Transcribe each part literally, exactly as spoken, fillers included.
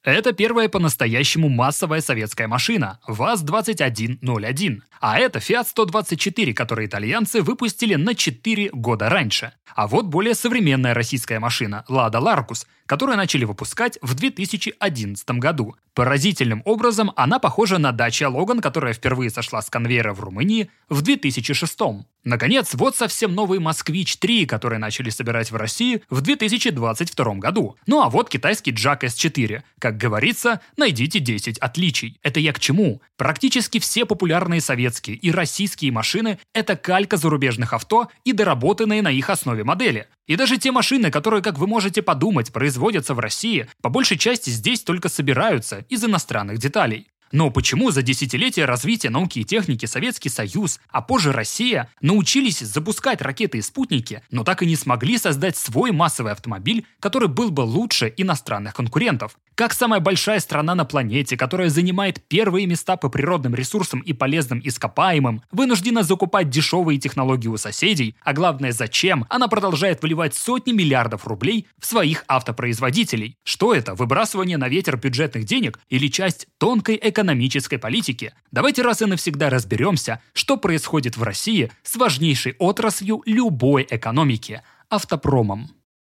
Это первая по-настоящему массовая советская машина ВАЗ двадцать один ноль один, а это Фиат сто двадцать четыре, который итальянцы выпустили на четыре года раньше. А вот более современная российская машина Лада Ларгус, которую начали выпускать в две тысячи одиннадцатом году. Поразительным образом она похожа на Dacia Logan, которая впервые сошла с конвейера в Румынии в две тысячи шестом. Наконец, вот совсем новый Москвич три, который начали собирать в России в две тысячи двадцать втором году. Ну а вот китайский Джак эс четыре. Как говорится, найдите десять отличий. Это я к чему? Практически все популярные советские и российские машины – это калька зарубежных авто и доработанные на их основе модели. И даже те машины, которые, как вы можете подумать, производятся в России, по большей части здесь только собираются из иностранных деталей. Но почему за десятилетия развития науки и техники Советский Союз, а позже Россия, научились запускать ракеты и спутники, но так и не смогли создать свой массовый автомобиль, который был бы лучше иностранных конкурентов? Как самая большая страна на планете, которая занимает первые места по природным ресурсам и полезным ископаемым, вынуждена закупать дешевые технологии у соседей, а главное, зачем она продолжает выливать сотни миллиардов рублей в своих автопроизводителей? Что это, выбрасывание на ветер бюджетных денег или часть тонкой экономической политики? Давайте раз и навсегда разберемся, что происходит в России с важнейшей отраслью любой экономики – автопромом.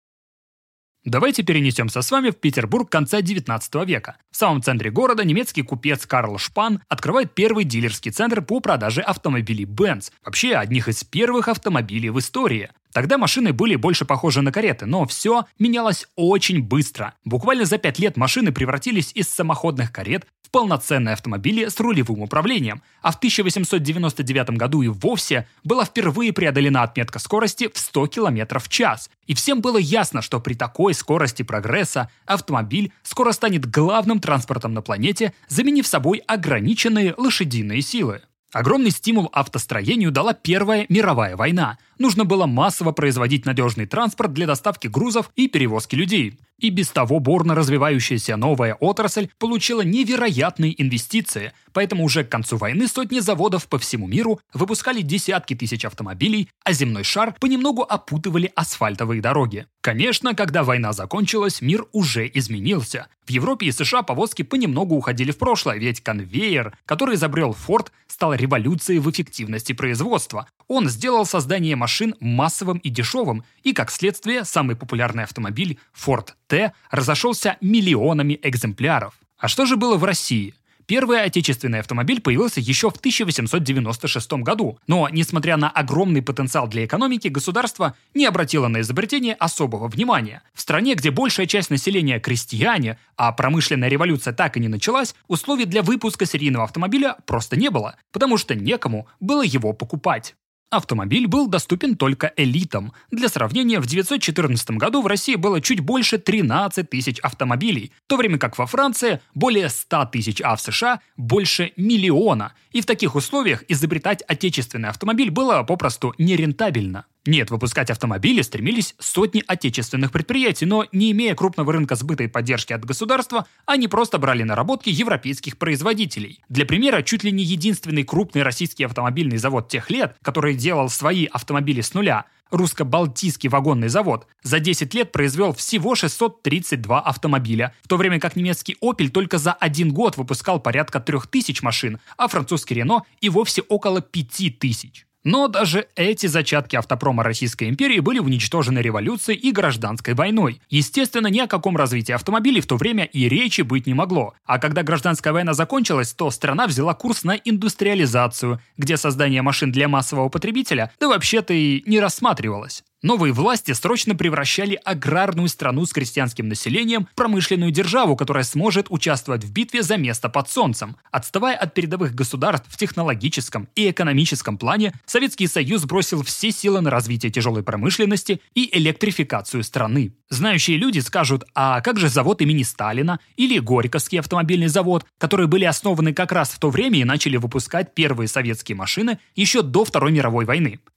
Давайте перенесемся с вами в Петербург конца девятнадцатого века. В самом центре города немецкий купец Карл Шпан открывает первый дилерский центр по продаже автомобилей Benz, вообще одних из первых автомобилей в истории. Тогда машины были больше похожи на кареты, но все менялось очень быстро. Буквально за пять лет машины превратились из самоходных карет в полноценные автомобили с рулевым управлением, а в тысяча восемьсот девяносто девятом году и вовсе была впервые преодолена отметка скорости в сто километров в час. И всем было ясно, что при такой скорости прогресса автомобиль скоро станет главным транспортом на планете, заменив собой ограниченные лошадиные силы. Огромный стимул автостроению дала Первая мировая война. Нужно было массово производить надежный транспорт для доставки грузов и перевозки людей. И без того бурно развивающаяся новая отрасль получила невероятные инвестиции, поэтому уже к концу войны сотни заводов по всему миру выпускали десятки тысяч автомобилей, а земной шар понемногу опутывали асфальтовые дороги. Конечно, когда война закончилась, мир уже изменился. В Европе и США повозки понемногу уходили в прошлое, ведь конвейер, который изобрел Форд, стал революцией в эффективности производства. Он сделал создание машин массовым и дешевым, и, как следствие, самый популярный автомобиль Ford T разошелся миллионами экземпляров. А что же было в России? Первый отечественный автомобиль появился еще в тысяча восемьсот девяносто шестом году, но, несмотря на огромный потенциал для экономики, государство не обратило на изобретение особого внимания. В стране, где большая часть населения крестьяне, а промышленная революция так и не началась, условий для выпуска серийного автомобиля просто не было, потому что некому было его покупать. Автомобиль был доступен только элитам. Для сравнения, в девятьсот четырнадцатом году в России было чуть больше тринадцати тысяч автомобилей, в то время как во Франции более ста тысяч, а в США больше миллиона. И в таких условиях изобретать отечественный автомобиль было попросту нерентабельно. Нет, выпускать автомобили стремились сотни отечественных предприятий, но не имея крупного рынка сбыта и поддержки от государства, они просто брали наработки европейских производителей. Для примера, чуть ли не единственный крупный российский автомобильный завод тех лет, который делал свои автомобили с нуля, русско-балтийский вагонный завод, за десять лет произвел всего шестьсот тридцать два автомобиля, в то время как немецкий Opel только за один год выпускал порядка трех тысяч машин, а французский Renault и вовсе около пяти тысяч. Но даже эти зачатки автопрома Российской империи были уничтожены революцией и гражданской войной. Естественно, ни о каком развитии автомобилей в то время и речи быть не могло. А когда гражданская война закончилась, то страна взяла курс на индустриализацию, где создание машин для массового потребителя да вообще-то и не рассматривалось. Новые власти срочно превращали аграрную страну с крестьянским населением в промышленную державу, которая сможет участвовать в битве за место под солнцем. Отставая от передовых государств в технологическом и экономическом плане, Советский Союз бросил все силы на развитие тяжелой промышленности и электрификацию страны. Знающие люди скажут, а как же завод имени Сталина или Горьковский автомобильный завод, которые были основаны как раз в то время и начали выпускать первые советские машины еще до Второй мировой войны?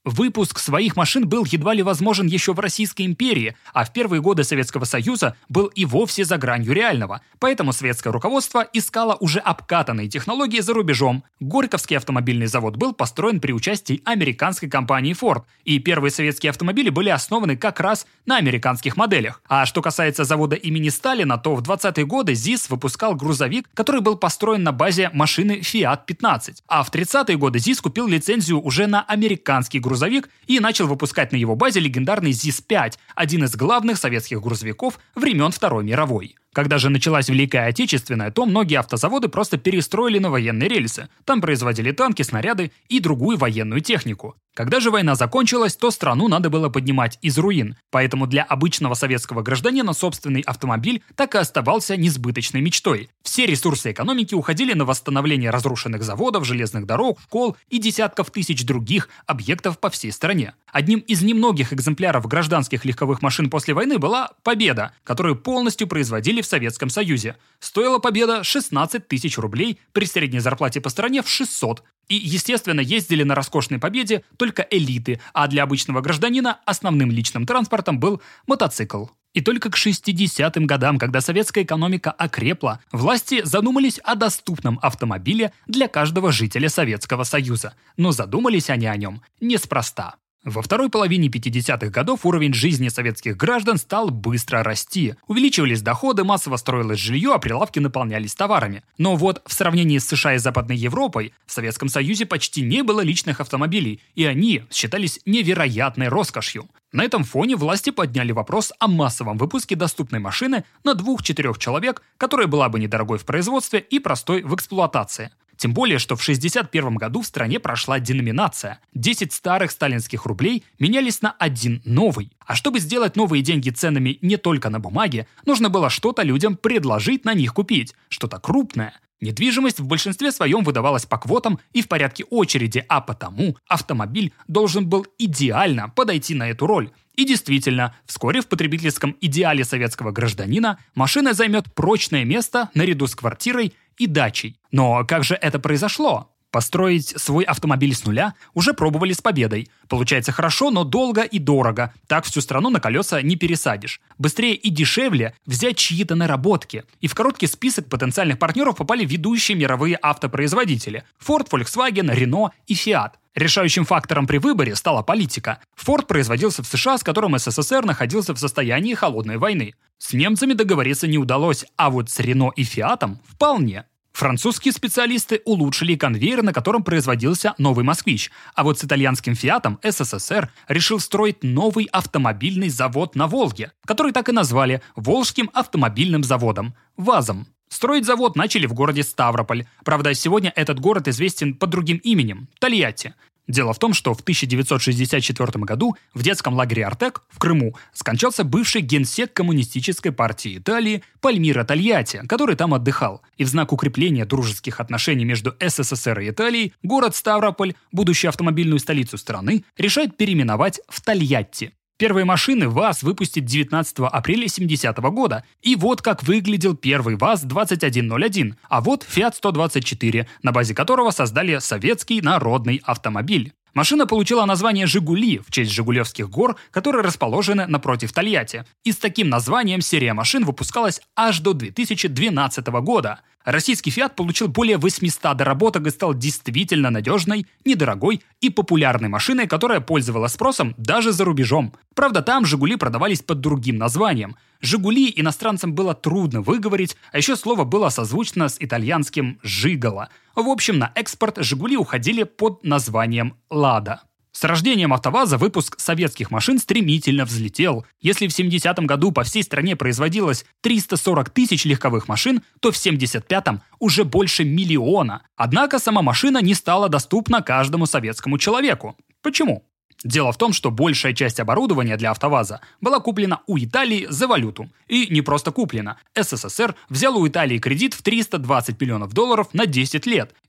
Выпуск своих машин был едва ли возможен еще в Российской империи, а в первые годы Советского Союза был и вовсе за гранью реального. Поэтому советское руководство искало уже обкатанные технологии за рубежом. Горьковский автомобильный завод был построен при участии американской компании Ford, и первые советские автомобили были основаны как раз на американских моделях. А что касается завода имени Сталина, то в двадцатые годы ЗИС выпускал грузовик, который был построен на базе машины Фиат пятнадцать. А в тридцатые годы ЗИС купил лицензию уже на американский грузовик грузовик и начал выпускать на его базе легендарный ЗИС пять, один из главных советских грузовиков времен Второй мировой. Когда же началась Великая Отечественная, то многие автозаводы просто перестроили на военные рельсы. Там производили танки, снаряды и другую военную технику. Когда же война закончилась, то страну надо было поднимать из руин. Поэтому для обычного советского гражданина собственный автомобиль так и оставался несбыточной мечтой. Все ресурсы экономики уходили на восстановление разрушенных заводов, железных дорог, школ и десятков тысяч других объектов по всей стране. Одним из немногих экземпляров гражданских легковых машин после войны была «Победа», которую полностью производили в Советском Союзе. Стоила «Победа» шестнадцать тысяч рублей при средней зарплате по стране в шестьсот. И, естественно, ездили на роскошной «Победе» только элиты, а для обычного гражданина основным личным транспортом был мотоцикл. И только к шестидесятым годам, когда советская экономика окрепла, власти задумались о доступном автомобиле для каждого жителя Советского Союза. Но задумались они о нем неспроста. Во второй половине пятидесятых годов уровень жизни советских граждан стал быстро расти. Увеличивались доходы, массово строилось жилье, а прилавки наполнялись товарами. Но вот в сравнении с США и Западной Европой в Советском Союзе почти не было личных автомобилей, и они считались невероятной роскошью. На этом фоне власти подняли вопрос о массовом выпуске доступной машины на двух-четырех человек, которая была бы недорогой в производстве и простой в эксплуатации. Тем более, что в шестьдесят первом году в стране прошла деноминация. десять старых сталинских рублей менялись на один новый. А чтобы сделать новые деньги ценными не только на бумаге, нужно было что-то людям предложить на них купить, что-то крупное. Недвижимость в большинстве своем выдавалась по квотам и в порядке очереди, а потому автомобиль должен был идеально подойти на эту роль. И действительно, вскоре в потребительском идеале советского гражданина машина займет прочное место наряду с квартирой и дачей. Но как же это произошло? Построить свой автомобиль с нуля уже пробовали с «Победой». Получается хорошо, но долго и дорого. Так всю страну на колеса не пересадишь. Быстрее и дешевле взять чьи-то наработки. И в короткий список потенциальных партнеров попали ведущие мировые автопроизводители – Ford, Volkswagen, Renault и Fiat. Решающим фактором при выборе стала политика. Ford производился в США, с которым СССР находился в состоянии холодной войны. С немцами договориться не удалось, а вот с Renault и Fiat вполне. Французские специалисты улучшили конвейер, на котором производился новый «Москвич», а вот с итальянским «Фиатом» СССР решил строить новый автомобильный завод на Волге, который так и назвали Волжским автомобильным заводом – ВАЗом. Строить завод начали в городе Ставрополь. Правда, сегодня этот город известен под другим именем – Тольятти. Дело в том, что в тысяча девятьсот шестьдесят четвёртом году в детском лагере «Артек» в Крыму скончался бывший генсек коммунистической партии Италии Пальмиро Тольятти, который там отдыхал. И в знак укрепления дружеских отношений между СССР и Италией город Ставрополь, будущую автомобильную столицу страны, решает переименовать в Тольятти. Первые машины ВАЗ выпустит девятнадцатого апреля семидесятого года. И вот как выглядел первый ВАЗ двадцать один ноль один, а вот Фиат сто двадцать четыре, на базе которого создали советский народный автомобиль. Машина получила название «Жигули» в честь Жигулевских гор, которые расположены напротив Тольятти. И с таким названием серия машин выпускалась аж до две тысячи двенадцатого года. Российский «Фиат» получил более восьмисот доработок и стал действительно надежной, недорогой и популярной машиной, которая пользовалась спросом даже за рубежом. Правда, там «Жигули» продавались под другим названием. «Жигули» иностранцам было трудно выговорить, а еще слово было созвучно с итальянским «жиголо». В общем, на экспорт «Жигули» уходили под названием «Лада». С рождением АвтоВАЗа выпуск советских машин стремительно взлетел. Если в семидесятом году по всей стране производилось триста сорок тысяч легковых машин, то в семьдесят пятом уже больше миллиона. Однако сама машина не стала доступна каждому советскому человеку. Почему? Дело в том, что большая часть оборудования для АвтоВАЗа была куплена у Италии за валюту. И не просто куплена. СССР взял у Италии кредит в триста двадцать миллионов долларов на десять лет.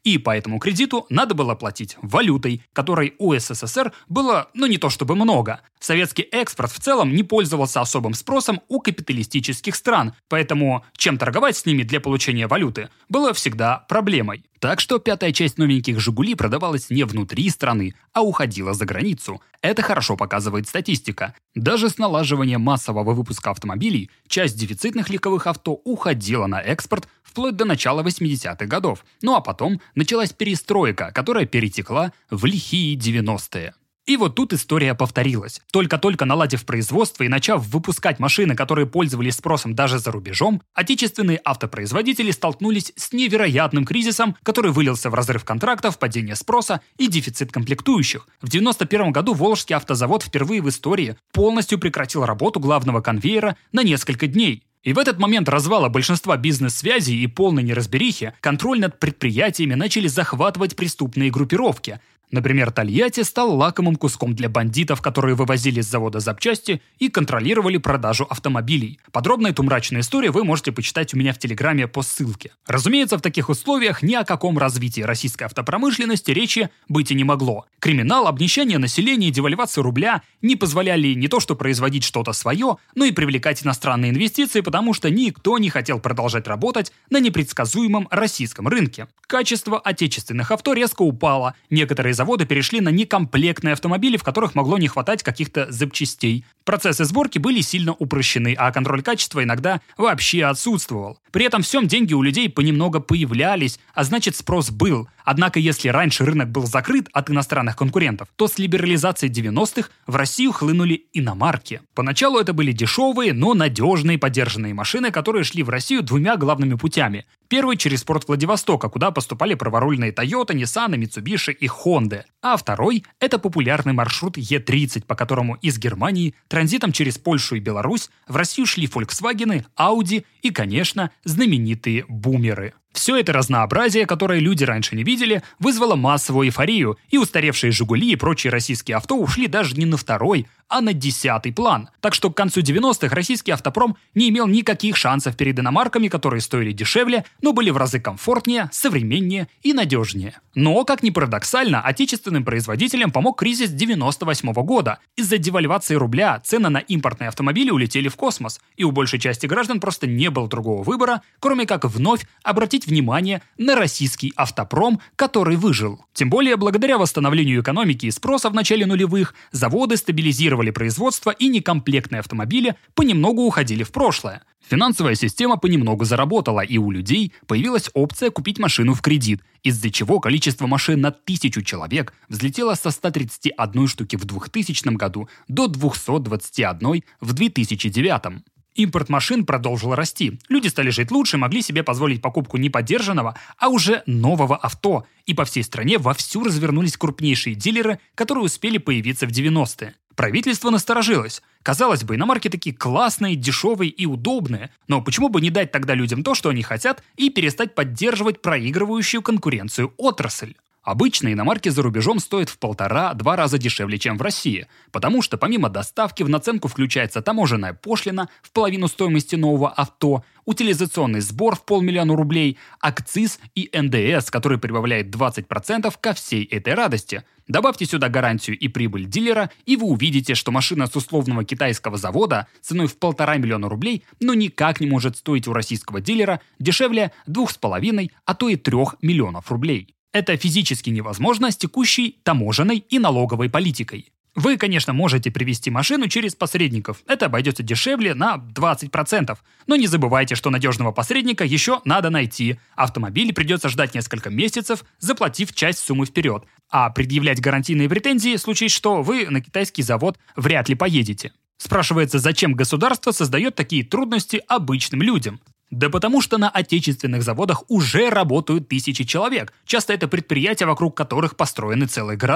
И по этому кредиту надо было платить валютой, которой у СССР было, ну не то чтобы много. Советский экспорт в целом не пользовался особым спросом у капиталистических стран, поэтому чем торговать с ними для получения валюты было всегда проблемой. Так что пятая часть новеньких «Жигули» продавалась не внутри страны, а уходила за границу. Это хорошо показывает статистика. Даже с налаживанием массового выпуска автомобилей часть дефицитных легковых авто уходила на экспорт вплоть до начала восьмидесятых годов. Ну а потом началась перестройка, которая перетекла в лихие девяностые. И вот тут история повторилась. Только-только наладив производство и начав выпускать машины, которые пользовались спросом даже за рубежом, отечественные автопроизводители столкнулись с невероятным кризисом, который вылился в разрыв контрактов, падение спроса и дефицит комплектующих. В девяносто первом году Волжский автозавод впервые в истории полностью прекратил работу главного конвейера на несколько дней. И в этот момент развала большинства бизнес-связей и полной неразберихи контроль над предприятиями начали захватывать преступные группировки. Например, Тольятти стал лакомым куском для бандитов, которые вывозили с завода запчасти и контролировали продажу автомобилей. Подробно эту мрачную историю вы можете почитать у меня в Телеграме по ссылке. Разумеется, в таких условиях ни о каком развитии российской автопромышленности речи быть и не могло. Криминал, обнищание населения и девальвация рубля не позволяли не то что производить что-то свое, но и привлекать иностранные инвестиции, потому что никто не хотел продолжать работать на непредсказуемом российском рынке. Качество отечественных авто резко упало, некоторые заводы перешли на некомплектные автомобили, в которых могло не хватать каких-то запчастей. Процессы сборки были сильно упрощены, а контроль качества иногда вообще отсутствовал. При этом всем деньги у людей понемногу появлялись, а значит спрос был. Однако если раньше рынок был закрыт от иностранных конкурентов, то с либерализацией девяностых в Россию хлынули иномарки. Поначалу это были дешевые, но надежные подержанные машины, которые шли в Россию двумя главными путями. Первый через порт Владивостока, куда поступали праворульные Toyota, Nissan, Mitsubishi и Honda. А второй – это популярный маршрут Е тридцать, по которому из Германии транзитом через Польшу и Беларусь в Россию шли Volkswagen, Audi и, конечно, знаменитые бумеры. Все это разнообразие, которое люди раньше не видели, вызвало массовую эйфорию, и устаревшие «Жигули» и прочие российские авто ушли даже не на второй, а на десятый план. Так что к концу девяностых российский автопром не имел никаких шансов перед иномарками, которые стоили дешевле, но были в разы комфортнее, современнее и надежнее. Но, как ни парадоксально, отечественным производителям помог кризис девяносто восьмого года. Из-за девальвации рубля цены на импортные автомобили улетели в космос, и у большей части граждан просто не было другого выбора, кроме как вновь обратить внимание на российский автопром, который выжил. Тем более, благодаря восстановлению экономики и спроса в начале нулевых, заводы стабилизировали производство, и некомплектные автомобили понемногу уходили в прошлое. Финансовая система понемногу заработала, и у людей появилась опция купить машину в кредит, из-за чего количество машин на тысячу человек взлетело со ста тридцати одной штуки в двухтысячном году до двухсот двадцати одной в две тысячи девятом. Импорт машин продолжил расти. Люди стали жить лучше, могли себе позволить покупку не подержанного, а уже нового авто. И по всей стране вовсю развернулись крупнейшие дилеры, которые успели появиться в девяностые. Правительство насторожилось. Казалось бы, иномарки такие классные, дешевые и удобные. Но почему бы не дать тогда людям то, что они хотят, и перестать поддерживать проигрывающую конкуренцию отрасль? Обычно иномарки за рубежом стоят в полтора-два раза дешевле, чем в России, потому что помимо доставки в наценку включается таможенная пошлина в половину стоимости нового авто, утилизационный сбор в полмиллиона рублей, акциз и эн дэ эс, который прибавляет двадцать процентов ко всей этой радости. Добавьте сюда гарантию и прибыль дилера, и вы увидите, что машина с условного китайского завода ценой в полтора миллиона рублей, но никак не может стоить у российского дилера дешевле двух с половиной, а то и трех миллионов рублей. Это физически невозможно с текущей таможенной и налоговой политикой. Вы, конечно, можете привезти машину через посредников. Это обойдется дешевле на двадцать процентов. Но не забывайте, что надежного посредника еще надо найти. Автомобиль придется ждать несколько месяцев, заплатив часть суммы вперед. А предъявлять гарантийные претензии, случись что, вы на китайский завод вряд ли поедете. Спрашивается, зачем государство создает такие трудности обычным людям? Да потому что на отечественных заводах уже работают тысячи человек. Часто это предприятия, вокруг которых построены целые города.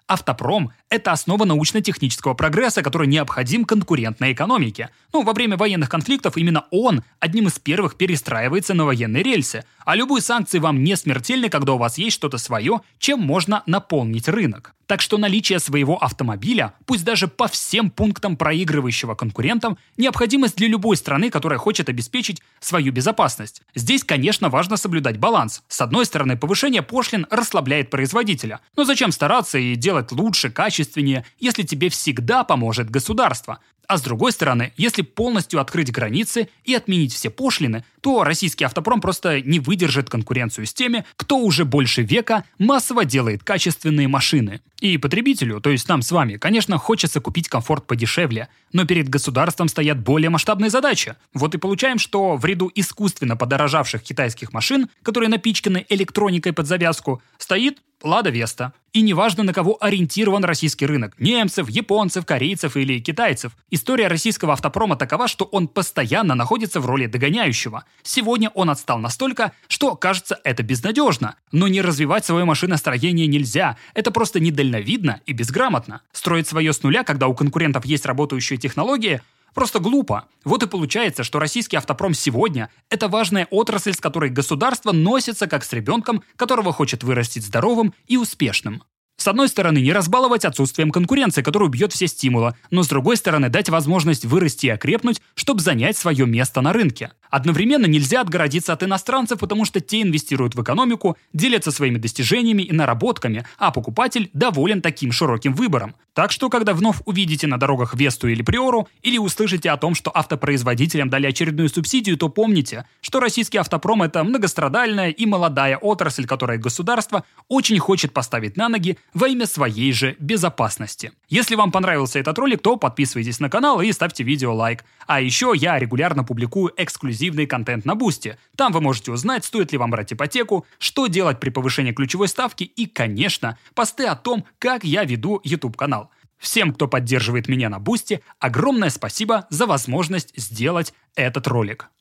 Автопром – это основа научно-технического прогресса, который необходим конкурентной экономике. Ну, во время военных конфликтов именно он одним из первых перестраивается на военные рельсы. А любые санкции вам не смертельны, когда у вас есть что-то свое, чем можно наполнить рынок. Так что наличие своего автомобиля, пусть даже по всем пунктам проигрывающего конкурентам, необходимость для любой страны, которая хочет обеспечить свою безопасность. Здесь, конечно, важно соблюдать баланс. С одной стороны, повышение пошлин расслабляет производителя. Но зачем стараться и делать лучше, качественнее, если тебе всегда поможет государство? А с другой стороны, если полностью открыть границы и отменить все пошлины, то российский автопром просто не выдержит конкуренцию с теми, кто уже больше века массово делает качественные машины. И потребителю, то есть нам с вами, конечно, хочется купить комфорт подешевле, но перед государством стоят более масштабные задачи. Вот и получаем, что в ряду искусственно подорожавших китайских машин, которые напичканы электроникой под завязку, стоит Лада Веста. И неважно, на кого ориентирован российский рынок – немцев, японцев, корейцев или китайцев. История российского автопрома такова, что он постоянно находится в роли догоняющего. Сегодня он отстал настолько, что, кажется, это безнадежно. Но не развивать свое машиностроение нельзя. Это просто недальновидно и безграмотно. Строить свое с нуля, когда у конкурентов есть работающие технологии – просто глупо. Вот и получается, что российский автопром сегодня – это важная отрасль, с которой государство носится как с ребенком, которого хочет вырастить здоровым и успешным. С одной стороны, не разбаловать отсутствием конкуренции, которая убьет все стимулы, но с другой стороны, дать возможность вырасти и окрепнуть, чтобы занять свое место на рынке. Одновременно нельзя отгородиться от иностранцев, потому что те инвестируют в экономику, делятся своими достижениями и наработками, а покупатель доволен таким широким выбором. Так что, когда вновь увидите на дорогах Весту или Приору, или услышите о том, что автопроизводителям дали очередную субсидию, то помните, что российский автопром – это многострадальная и молодая отрасль, которую государство очень хочет поставить на ноги во имя своей же безопасности. Если вам понравился этот ролик, то подписывайтесь на канал и ставьте видео лайк. А еще я регулярно публикую эксклюзивный контент на Бусти. Там вы можете узнать, стоит ли вам брать ипотеку, что делать при повышении ключевой ставки и, конечно, посты о том, как я веду YouTube-канал. Всем, кто поддерживает меня на Бусти, огромное спасибо за возможность сделать этот ролик.